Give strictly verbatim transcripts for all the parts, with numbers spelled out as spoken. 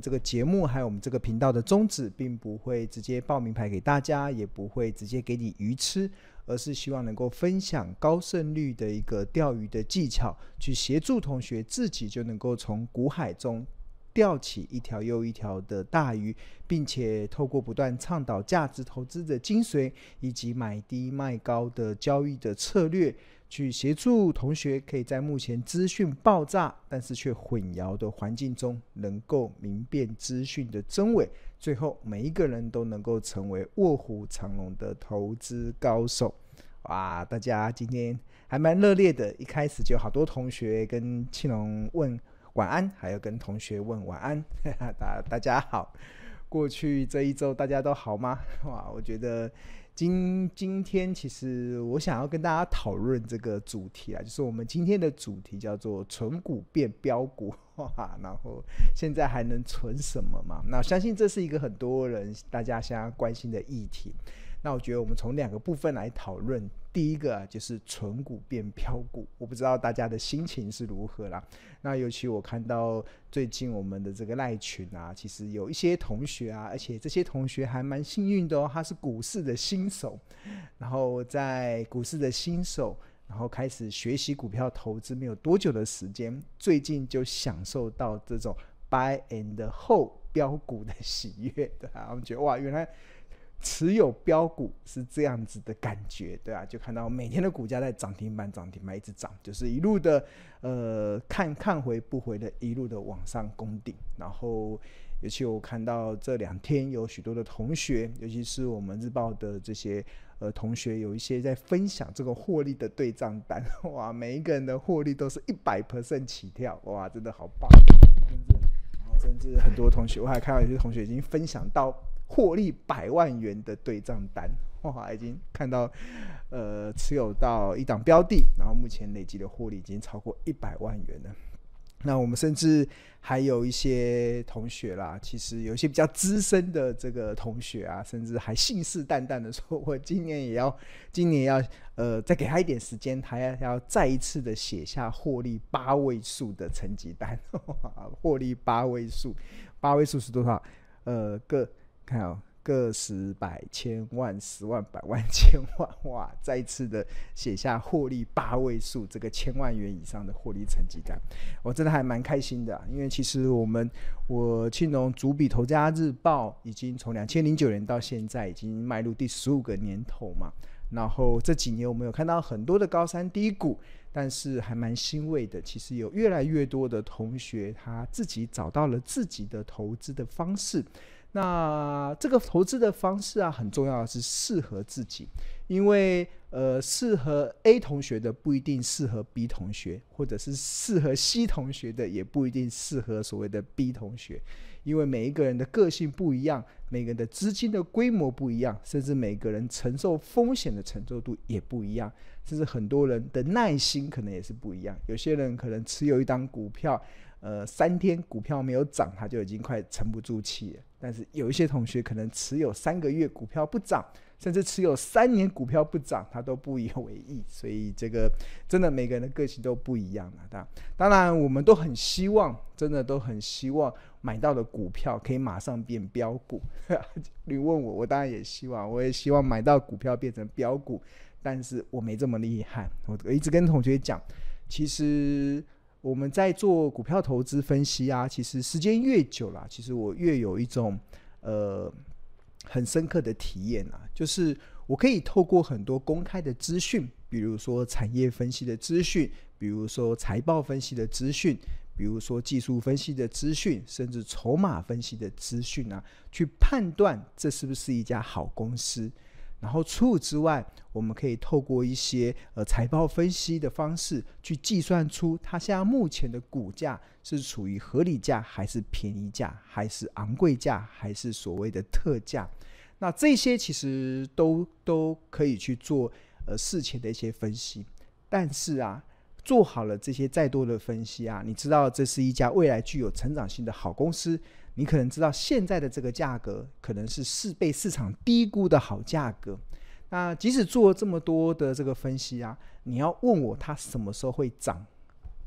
这个节目还有我们这个频道的宗旨，并不会直接报名牌给大家，也不会直接给你鱼吃，而是希望能够分享高胜率的一个钓鱼的技巧，去协助同学自己就能够从股海中钓起一条又一条的大鱼，并且透过不断倡导价值投资的精髓，以及买低卖高的交易的策略，去协助同学可以在目前资讯爆炸但是却混淆的环境中，能够明辨资讯的真伪，最后每一个人都能够成为卧虎藏龙的投资高手。哇，大家今天还蛮热烈的，一开始就好多同学跟庆龙问晚安，还有跟同学问晚安大, 大家好，过去这一周大家都好吗？哇，我觉得今今天其实我想要跟大家讨论这个主题啊，就是我们今天的主题叫做存股变标股，哇，然后现在还能存什么嘛？那我相信这是一个很多人大家现在关心的议题。那我觉得我们从两个部分来讨论，第一个啊就是存股变标股，我不知道大家的心情是如何啦。那尤其我看到最近我们的这个赖群啊，其实有一些同学啊，而且这些同学还蛮幸运的哦，他是股市的新手，然后在股市的新手，然后开始学习股票投资没有多久的时间，最近就享受到这种 buy and hold 标股的喜悦，对啊，我们觉得哇，原来持有标股是这样子的感觉，对啊，就看到每天的股价在涨停板涨停板一直涨，就是一路的呃看看回不回的一路的往上攻顶。然后尤其我看到这两天有许多的同学，尤其是我们日报的这些呃同学，有一些在分享这个获利的对账单，哇，每一个人的获利都是 百分之百 起跳，哇，真的好棒，然后甚至很多同学，我还看到有些同学已经分享到获利百万元的对账单，哇，已经看到呃持有到一档标的，然后目前累积的获利已经超过一百万元了。那我们甚至还有一些同学啦，其实有一些比较资深的这个同学啊，甚至还信誓旦旦的说，我今年也要今年要呃再给他一点时间，他要要再一次的写下获利八位数的成绩单。获利八位数，八位数是多少？呃，各看哦，个十百千万十万百万千万，哇！再一次的写下获利八位数这个千万元以上的获利成绩单，我真的还蛮开心的、啊。因为其实我们我庆隆主笔投家日报已经从两千零九年到现在已经迈入第十五个年头嘛。然后这几年我们有看到很多的高山低谷，但是还蛮欣慰的，其实有越来越多的同学他自己找到了自己的投资的方式。那这个投资的方式啊，很重要的是适合自己，因为呃，适合 A 同学的不一定适合 B 同学，或者是适合 C 同学的也不一定适合所谓的 B 同学，因为每一个人的个性不一样，每个人的资金的规模不一样，甚至每个人承受风险的承受度也不一样，甚至很多人的耐心可能也是不一样。有些人可能持有一档股票呃，三天股票没有涨，他就已经快沉不住气了。但是有一些同学可能持有三个月股票不涨，甚至持有三年股票不涨，他都不以为意。所以这个真的每个人的个性都不一样了。当然，我们都很希望，真的都很希望买到的股票可以马上变标股。你问我，我当然也希望，我也希望买到股票变成标股，但是我没这么厉害。我一直跟同学讲，其实我们在做股票投资分析啊，其实时间越久啦，其实我越有一种呃很深刻的体验啊，就是我可以透过很多公开的资讯，比如说产业分析的资讯，比如说财报分析的资讯，比如说技术分析的资讯，甚至筹码分析的资讯啊，去判断这是不是一家好公司。然后除此之外，我们可以透过一些呃财报分析的方式去计算出它现在目前的股价是处于合理价还是便宜价，还是昂贵价，还是所谓的特价。那这些其实都都可以去做呃事前的一些分析。但是啊，做好了这些再多的分析啊，你知道这是一家未来具有成长性的好公司，你可能知道现在的这个价格可能是被市场低估的好价格。那即使做了这么多的这个分析啊，你要问我它什么时候会涨，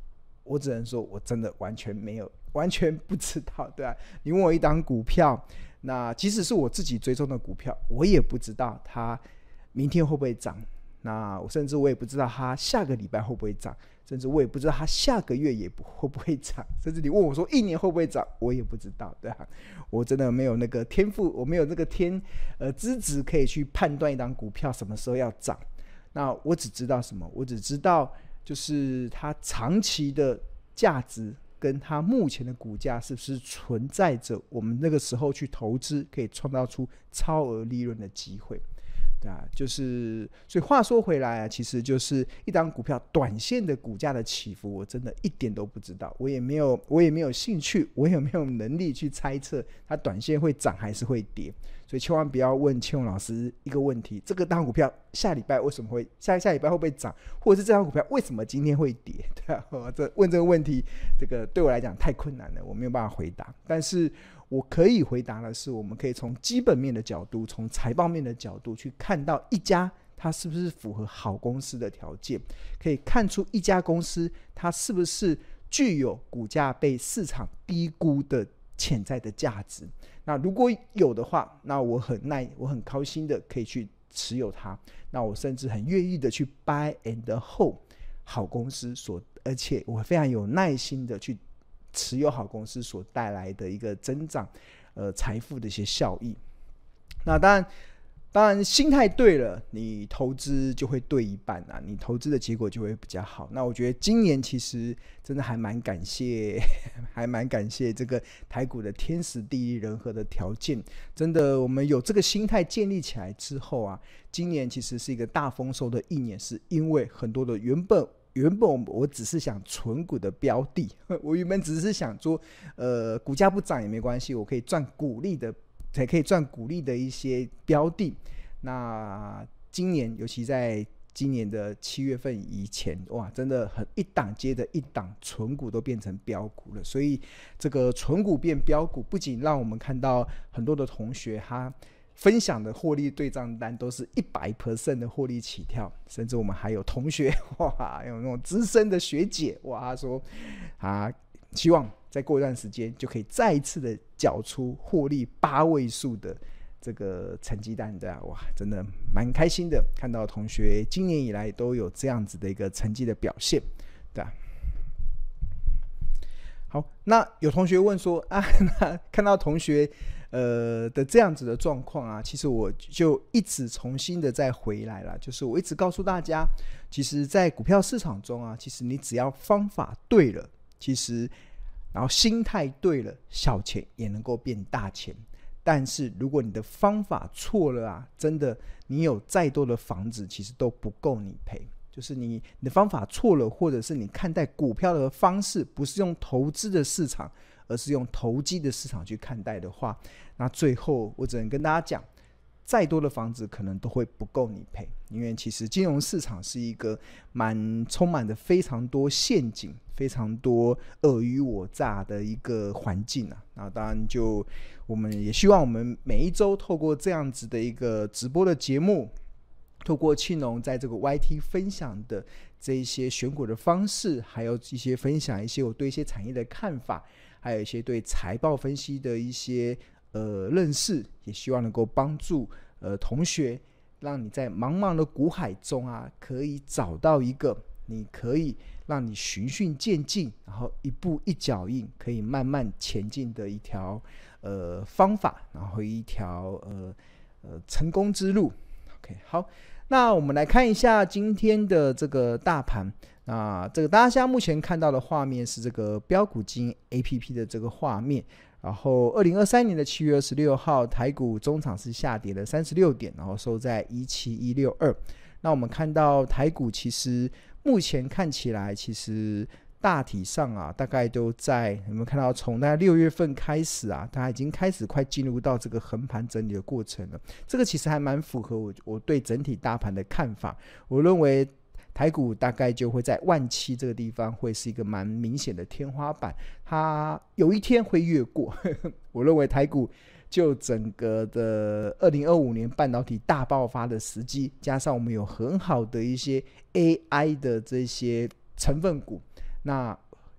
我只能说我真的完全没有，完全不知道，对啊，你问我一档股票，那即使是我自己追踪的股票，我也不知道它明天会不会涨，那我甚至我也不知道它下个礼拜会不会涨，甚至我也不知道它下个月也不会不会涨，甚至你问我说一年会不会涨，我也不知道，对啊，我真的没有那个天赋，我没有那个天呃资质可以去判断一档股票什么时候要涨。那我只知道什么？我只知道就是它长期的价值跟它目前的股价是不是存在着我们那个时候去投资可以创造出超额利润的机会。对啊，就是所以话说回来啊，其实就是一档股票短线的股价的起伏，我真的一点都不知道，我也没有我也没有兴趣，我也没有能力去猜测它短线会涨还是会跌。所以千万不要问庆荣老师一个问题，这个档股票下礼拜为什么会下下礼拜会不会涨，或者是这档股票为什么今天会跌，对啊，这问这个问题，这个对我来讲太困难了，我没有办法回答。但是我可以回答的是，我们可以从基本面的角度，从财报面的角度去看到一家它是不是符合好公司的条件，可以看出一家公司它是不是具有股价被市场低估的潜在的价值。那如果有的话，那我很耐我很高兴的可以去持有它，那我甚至很愿意的去 buy and hold 好公司所，而且我非常有耐心的去持有好公司所带来的一个增长呃财富的一些效益。那当然当然心态对了，你投资就会对一半啊，你投资的结果就会比较好。那我觉得今年其实真的还蛮感谢还蛮感谢这个台股的天时地利人和的条件，真的我们有这个心态建立起来之后啊，今年其实是一个大丰收的一年，是因为很多的原本原本我只是想存股的标的，我原本只是想说呃股价不涨也没关系，我可以赚股利的才可以赚股利的一些标的。那今年尤其在今年的七月份以前，哇，真的很一档接着一档存股都变成标股了。所以这个存股变标股，不仅让我们看到很多的同学他分享的获利对账单都是 百分之百 的获利起跳，甚至我们还有同学哇，有那种资深的学姐哇，他说啊，希望再过一段时间就可以再一次的缴出获利八位数的这个成绩单的、啊、哇，真的蛮开心的，看到同学今年以来都有这样子的一个成绩的表现，对啊。好，那有同学问说啊，那看到同学呃的这样子的状况啊，其实我就一直重新的再回来了，就是我一直告诉大家，其实在股票市场中啊，其实你只要方法对了，其实然后心态对了，小钱也能够变大钱。但是如果你的方法错了啊，真的你有再多的房子其实都不够你赔。就是 你, 你的方法错了，或者是你看待股票的方式不是用投资的市场，而是用投机的市场去看待的话，那最后我只能跟大家讲，再多的房子可能都会不够你赔。因为其实金融市场是一个蛮充满的非常多陷阱，非常多尔虞我诈的一个环境啊。那当然就我们也希望我们每一周透过这样子的一个直播的节目，透过庆农在这个 Y T 分享的这一些选股的方式，还有一些分享一些我对一些产业的看法，还有一些对财报分析的一些呃认识，也希望能够帮助呃同学，让你在茫茫的股海中啊，可以找到一个你可以让你循序渐进，然后一步一脚印，可以慢慢前进的一条呃方法，然后一条呃呃成功之路。OK， 好。那我们来看一下今天的这个大盘。那这个大家现在目前看到的画面是这个标股金 A P P 的这个画面。然后二零二三年的七月二十六号，台股中场是下跌了三十六点，然后收在一七一六二。那我们看到台股其实目前看起来其实大体上啊，大概都在有没有看到从大概六月份开始啊，它已经开始快进入到这个横盘整理的过程了。这个其实还蛮符合 我, 我对整体大盘的看法。我认为台股大概就会在万七这个地方会是一个蛮明显的天花板，它有一天会越过我认为台股就整个的二零二五年半导体大爆发的时机，加上我们有很好的一些 A I 的这些成分股，那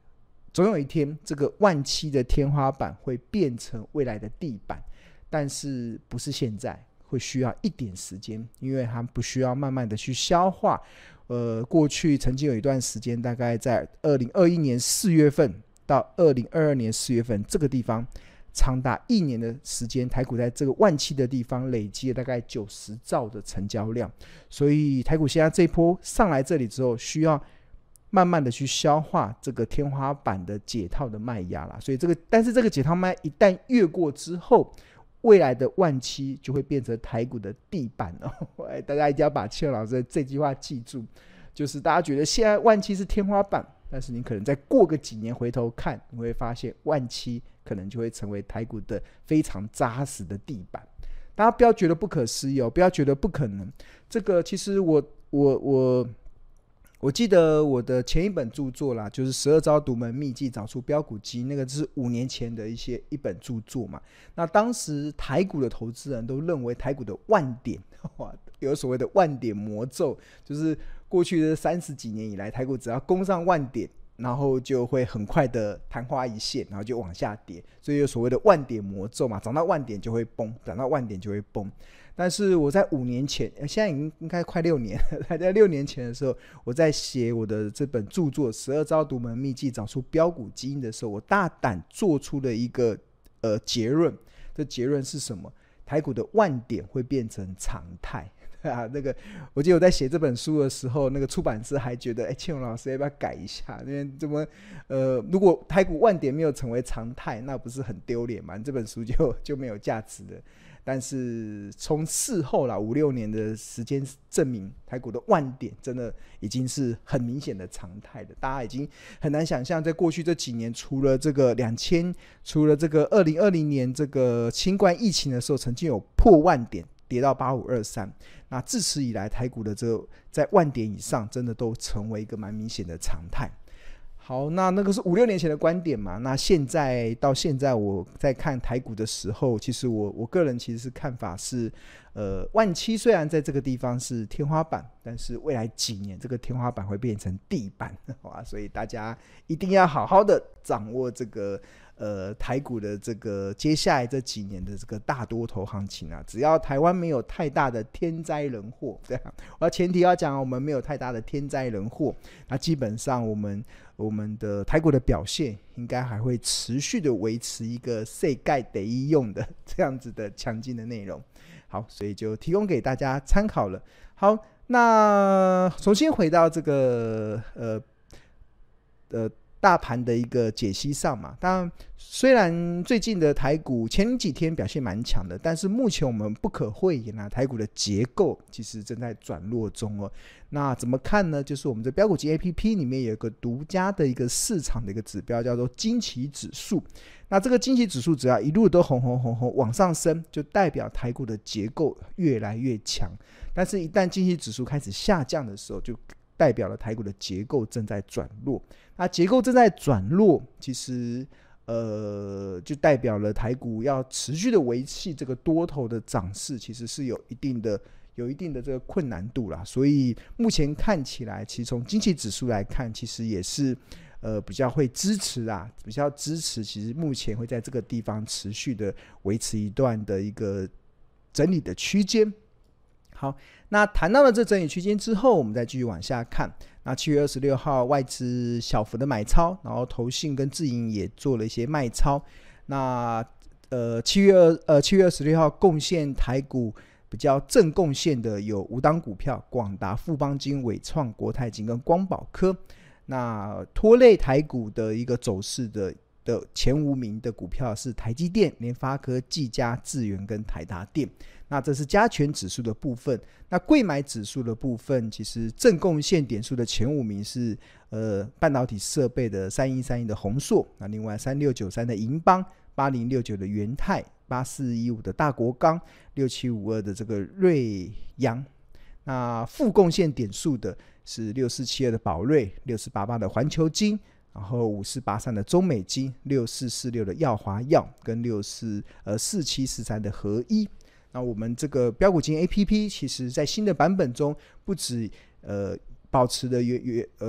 总有一天这个万七的天花板会变成未来的地板，但是不是现在，会需要一点时间，因为它不需要慢慢的去消化。呃，过去曾经有一段时间，大概在二零二一年四月份到二零二二年四月份，这个地方长达一年的时间，台股在这个万七的地方累积了大概九十兆的成交量，所以台股现在这一波上来这里之后，需要慢慢的去消化这个天花板的解套的卖压啦。所以这个，但是这个解套卖一旦越过之后，未来的万七就会变成台股的地板哦。大家一定要把庆老师的这句话记住，就是大家觉得现在万七是天花板，但是你可能再过个几年回头看，你会发现万七可能就会成为台股的非常扎实的地板。大家不要觉得不可思议哦，不要觉得不可能。这个其实我我我我记得我的前一本著作啦，就是十二招独门秘技找出标股基，那个是五年前的一些一本著作嘛。那当时台股的投资人都认为台股的万点，有所谓的万点魔咒，就是过去的三十几年以来，台股只要攻上万点，然后就会很快的昙花一现，然后就往下跌，所以有所谓的万点魔咒嘛，涨到万点就会崩，涨到万点就会崩。但是我在五年前，现在已经应该快六年了，还在六年前的时候，我在写我的这本著作《十二招独门秘技找出标股基因》的时候，我大胆做出了一个呃结论。这结论是什么？台股的万点会变成常态。啊，那个我记得我在写这本书的时候，那个出版社还觉得，哎，庆荣老师要不要改一下？因为怎么，呃，如果台股万点没有成为常态，那不是很丢脸吗？这本书就就没有价值了。但是从事后啦，五六年的时间证明，台股的万点真的已经是很明显的常态了。大家已经很难想象，在过去这几年，除了这个两千，除了这个二零二零年这个新冠疫情的时候，曾经有破万点，跌到八五二三。那自此以来，台股的这个在万点以上，真的都成为一个蛮明显的常态。好，那那个是五六年前的观点嘛。那现在到现在，我在看台股的时候，其实我我个人其实是看法是，呃，万七虽然在这个地方是天花板，但是未来几年这个天花板会变成地板，哇！所以大家一定要好好的掌握这个呃台股的这个接下来这几年的这个大多头行情啊。只要台湾没有太大的天灾人祸，这样，我要前提要讲，我们没有太大的天灾人祸，那基本上我们。我们的台股的表现应该还会持续的维持一个世界第一用的这样子的强劲的内容。好，所以就提供给大家参考了。好，那重新回到这个呃呃大盘的一个解析上嘛。当然，虽然最近的台股前几天表现蛮强的，但是目前我们不可讳言啊，台股的结构其实正在转弱中哦。那怎么看呢？就是我们的标股基 A P P 里面有一个独家的一个市场的一个指标，叫做惊奇指数。那这个惊奇指数只要一路都红红红红往上升，就代表台股的结构越来越强。但是，一旦惊奇指数开始下降的时候，就代表了台股的结构正在转弱。那结构正在转弱，其实呃，就代表了台股要持续的维系这个多头的涨势，其实是有一定的。有一定的这个困难度啦，所以目前看起来，其实从经济指数来看，其实也是呃比较会支持啦，比较支持，其实目前会在这个地方持续的维持一段的一个整理的区间。好，那谈到了这整理区间之后，我们再继续往下看。那七月二十六号外资小幅的买超，然后投信跟自营也做了一些卖超。那呃七月呃七月二十六号贡献台股比较正贡献的有五档股票：广达、富邦金、伟创、国泰金跟光宝科。那拖累台股的一个走势的的前五名的股票是台积电、联发科、技嘉、智原跟台达电。那这是加权指数的部分。那柜买指数的部分，其实正贡献点数的前五名是呃半导体设备的三一三一的宏硕，那另外三六九三的银邦、八零六九的元泰、八四一五的大国钢、六七五二的这个瑞阳。那负贡献点数的是六四七二的宝瑞、六四八八的环球金，然后五四八三的中美金、六四四六的耀华药跟六四呃四七四三的合一。那我们这个标股金 A P P 其实在新的版本中，不止呃保持的呃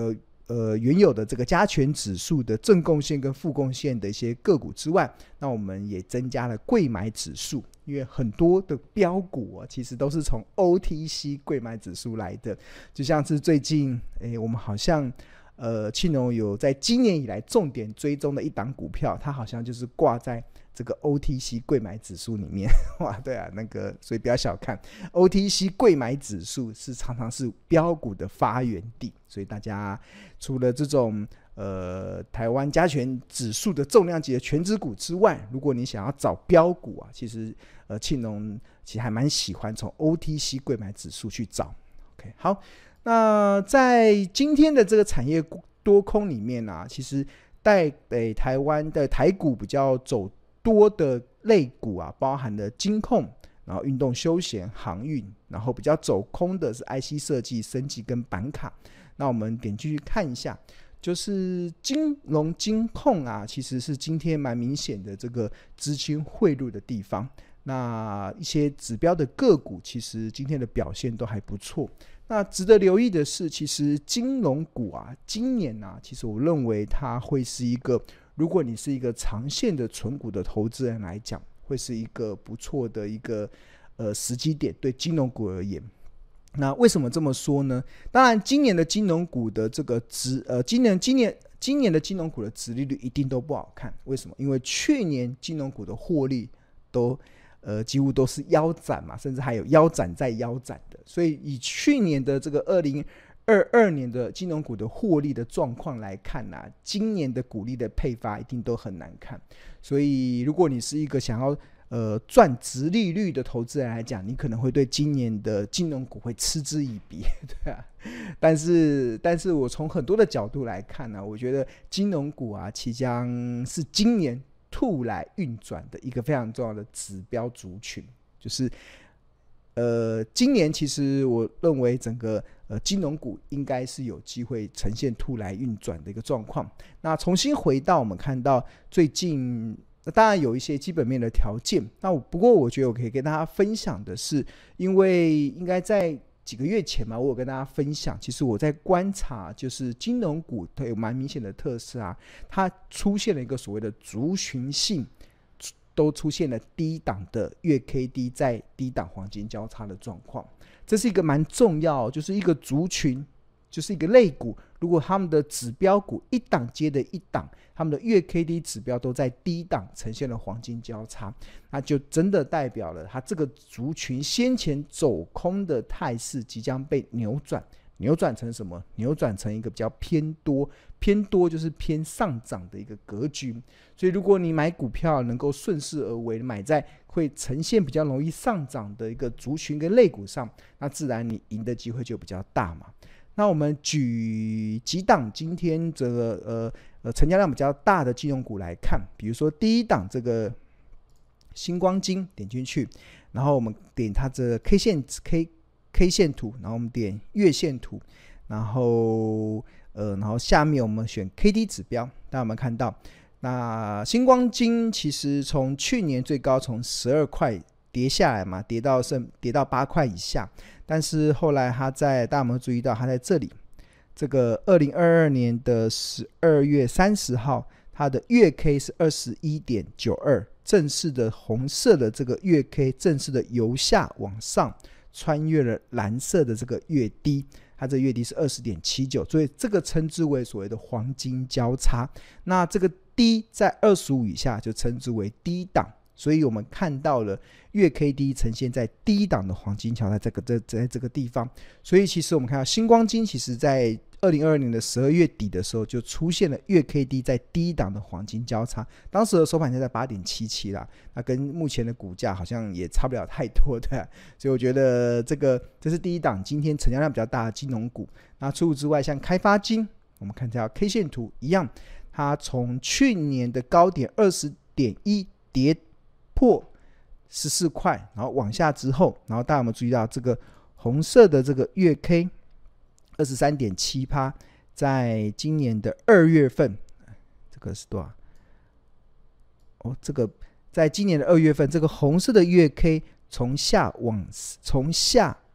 呃原有的这个加权指数的正贡献跟负贡献的一些个股之外，那我们也增加了贵买指数，因为很多的标股啊，其实都是从 O T C 贵买指数来的，就像是最近诶我们好像呃庆农有在今年以来重点追踪的一档股票，它好像就是挂在这个 O T C 贵买指数里面。哇，对啊，那个所以不要小看 O T C 贵买指数，是常常是标股的发源地，所以大家除了这种呃台湾加权指数的重量级的权值股之外，如果你想要找标股啊，其实呃庆农其实还蛮喜欢从 O T C 贵买指数去找。 OK， 好，那在今天的这个产业多空里面啊，其实带北台湾的台股比较走多的类股啊，包含了金控，然后运动休闲、航运，然后比较走空的是 I C 设计、生技跟板卡。那我们点进去看一下，就是金融金控啊，其实是今天蛮明显的这个资金汇入的地方。那一些指标的个股其实今天的表现都还不错。那值得留意的是，其实金融股啊，今年啊，其实我认为它会是一个，如果你是一个长线的存股的投资人来讲，会是一个不错的一个呃时机点，对金融股而言。那为什么这么说呢？当然，今年的金融股的这个值，呃，今年今年今年的金融股的殖利率一定都不好看。为什么？因为去年金融股的获利都呃几乎都是腰斩嘛，甚至还有腰斩再腰斩的。所以以去年的这个二零二二年的金融股的获利的状况来看啊，今年的股利的配发一定都很难看。所以如果你是一个想要呃赚殖利率的投资人来讲，你可能会对今年的金融股会嗤之以鼻，对啊。但是但是我从很多的角度来看呢、啊，我觉得金融股啊，即将是今年兔来运转的一个非常重要的指标族群，就是呃，今年其实我认为整个呃金融股应该是有机会呈现兔来运转的一个状况。那重新回到我们看到最近，当然有一些基本面的条件。那不过我觉得我可以跟大家分享的是，因为应该在几个月前嘛，我有跟大家分享，其实我在观察，就是金融股它有蛮明显的特色啊，它出现了一个所谓的族群性。都出现了低档的月 K D 在低档黄金交叉的状况，这是一个蛮重要，就是一个族群，就是一个类股，如果他们的指标股一档接的一档，他们的月 K D 指标都在低档呈现了黄金交叉，那就真的代表了它这个族群先前走空的态势即将被扭转。扭转成什么？扭转成一个比较偏多，偏多就是偏上涨的一个格局。所以如果你买股票能够顺势而为，买在会呈现比较容易上涨的一个族群跟类股上，那自然你赢的机会就比较大嘛。那我们举几档今天这个呃呃成交量比较大的金融股来看，比如说第一档这个星光金，点进去，然后我们点它这 K 线 K K 线图，然后我们点月线图，然后呃，然后下面我们选 K D 指标，大家有没有看到？那星光金其实从去年最高从十二块跌下来嘛，跌到剩跌到八块以下，但是后来它在大家有没有注意到，它在这里，这个二零二二年的十二月三十号，它的月 K 是 二十一点九二，正式的红色的这个月 K 正式的由下往上。穿越了蓝色的这个月低，它这个月低是 二十点七九， 所以这个称之为所谓的黄金交叉。那这个低在二十五以下就称之为低档，所以我们看到了月 K D 呈现在低档的黄金桥在这个在在这个地方。所以其实我们看到星光金其实在二零二二年的十二月底的时候就出现了月 K D 在低档的黄金交叉，当时的收盘价在 八点七七 啦，那跟目前的股价好像也差不了太多的、啊、所以我觉得这个这是第一档今天成交量比较大的金融股。那除此之外，像开发金，我们看这条 K 线图一样，它从去年的高点 二十点一 跌破十四块，然后往下之后，然后大家有没有注意到这个红色的这个月 K二十三点七 在今年的二月份，这个是多少？哦，这个在今年的二月份，这个红色的月 K 从下往从下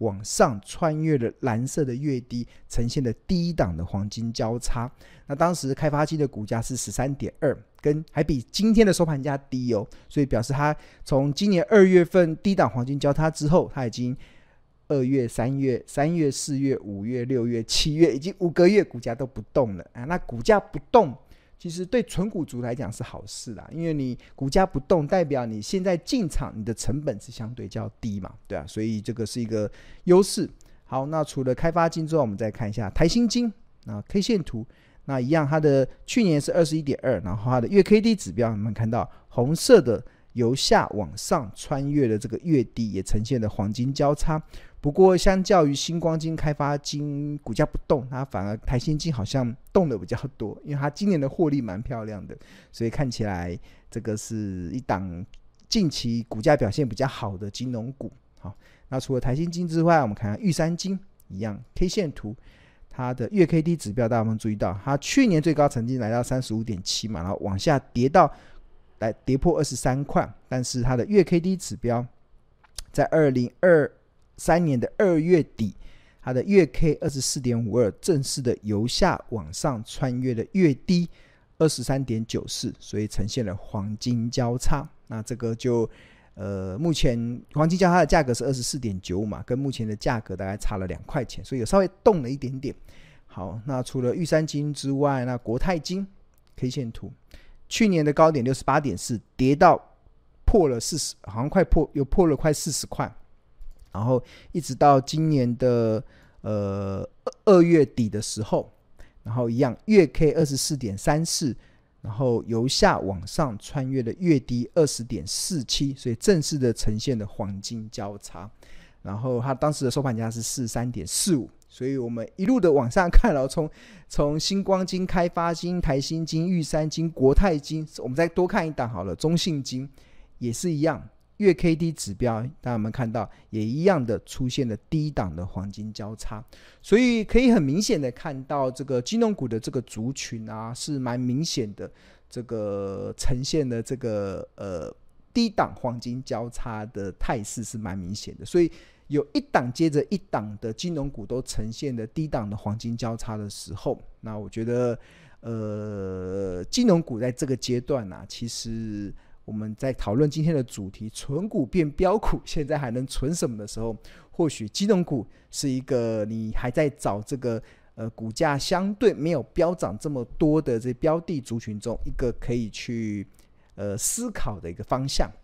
往上穿越了蓝色的月低，呈现了低档的黄金交叉。那当时开发金的股价是 十三点二， 跟还比今天的收盘价低哦，所以表示它从今年二月份低档黄金交叉之后，它已经二月、三月、三月、四月、五月、六月、七月，已经五个月股价都不动了啊。那股价不动，其实对纯股族来讲是好事啦，因为你股价不动，代表你现在进场你的成本是相对较低嘛，对啊，所以这个是一个优势。好，那除了开发金之外，我们再看一下台新金，那 K 线图，那一样，它的去年是 二十一点二， 然后它的月 K D 指标，我们看到红色的由下往上穿越的这个月低，也呈现了黄金交叉。不过相较于星光金、开发金股价不动，它反而台新金好像动的比较多，因为它今年的获利蛮漂亮的，所以看起来这个是一档近期股价表现比较好的金融股。好，那除了台新金之外，我们看看玉山金，一样 K 线图，它的月 K D 指标大家有没有注意到，它去年最高曾经来到 三十五点七 嘛，然后往下跌到来跌破二十三块，但是它的月 K D 指标在二零二三年的二月底，它的月 K 二十四点五二 正式的由下往上穿越了月低 二十三点九四， 所以呈现了黄金交叉。那这个就呃，目前黄金交叉的价格是 二十四点九五 嘛，跟目前的价格大概差了两块钱，所以有稍微动了一点点。好，那除了玉山金之外，那国泰金 K 线图，去年的高点 六十八点四， 跌到破了四十，好像快破，有破了快四十块，然后一直到今年的呃二月底的时候，然后一样月 K 二十四点三四，然后由下往上穿越了月低 二十点四七， 所以正式的呈现了黄金交叉。然后它当时的收盘价是 四十三点四五， 所以我们一路的往上看了，从从星光金、开发金、台新金、玉山金、国泰金，我们再多看一档好了，中信金也是一样，月 K D 指标大家有没有看到，也一样的出现了低档的黄金交叉。所以可以很明显的看到这个金融股的这个族群啊，是蛮明显的，这个呈现的这个呃低档黄金交叉的态势是蛮明显的。所以有一档接着一档的金融股都呈现了低档的黄金交叉的时候，那我觉得呃金融股在这个阶段啊，其实我们在讨论今天的主题存股变标股现在还能存什么的时候，或许金融股是一个你还在找这个呃股价相对没有飙涨这么多的这标的族群中一个可以去呃思考的一个方向。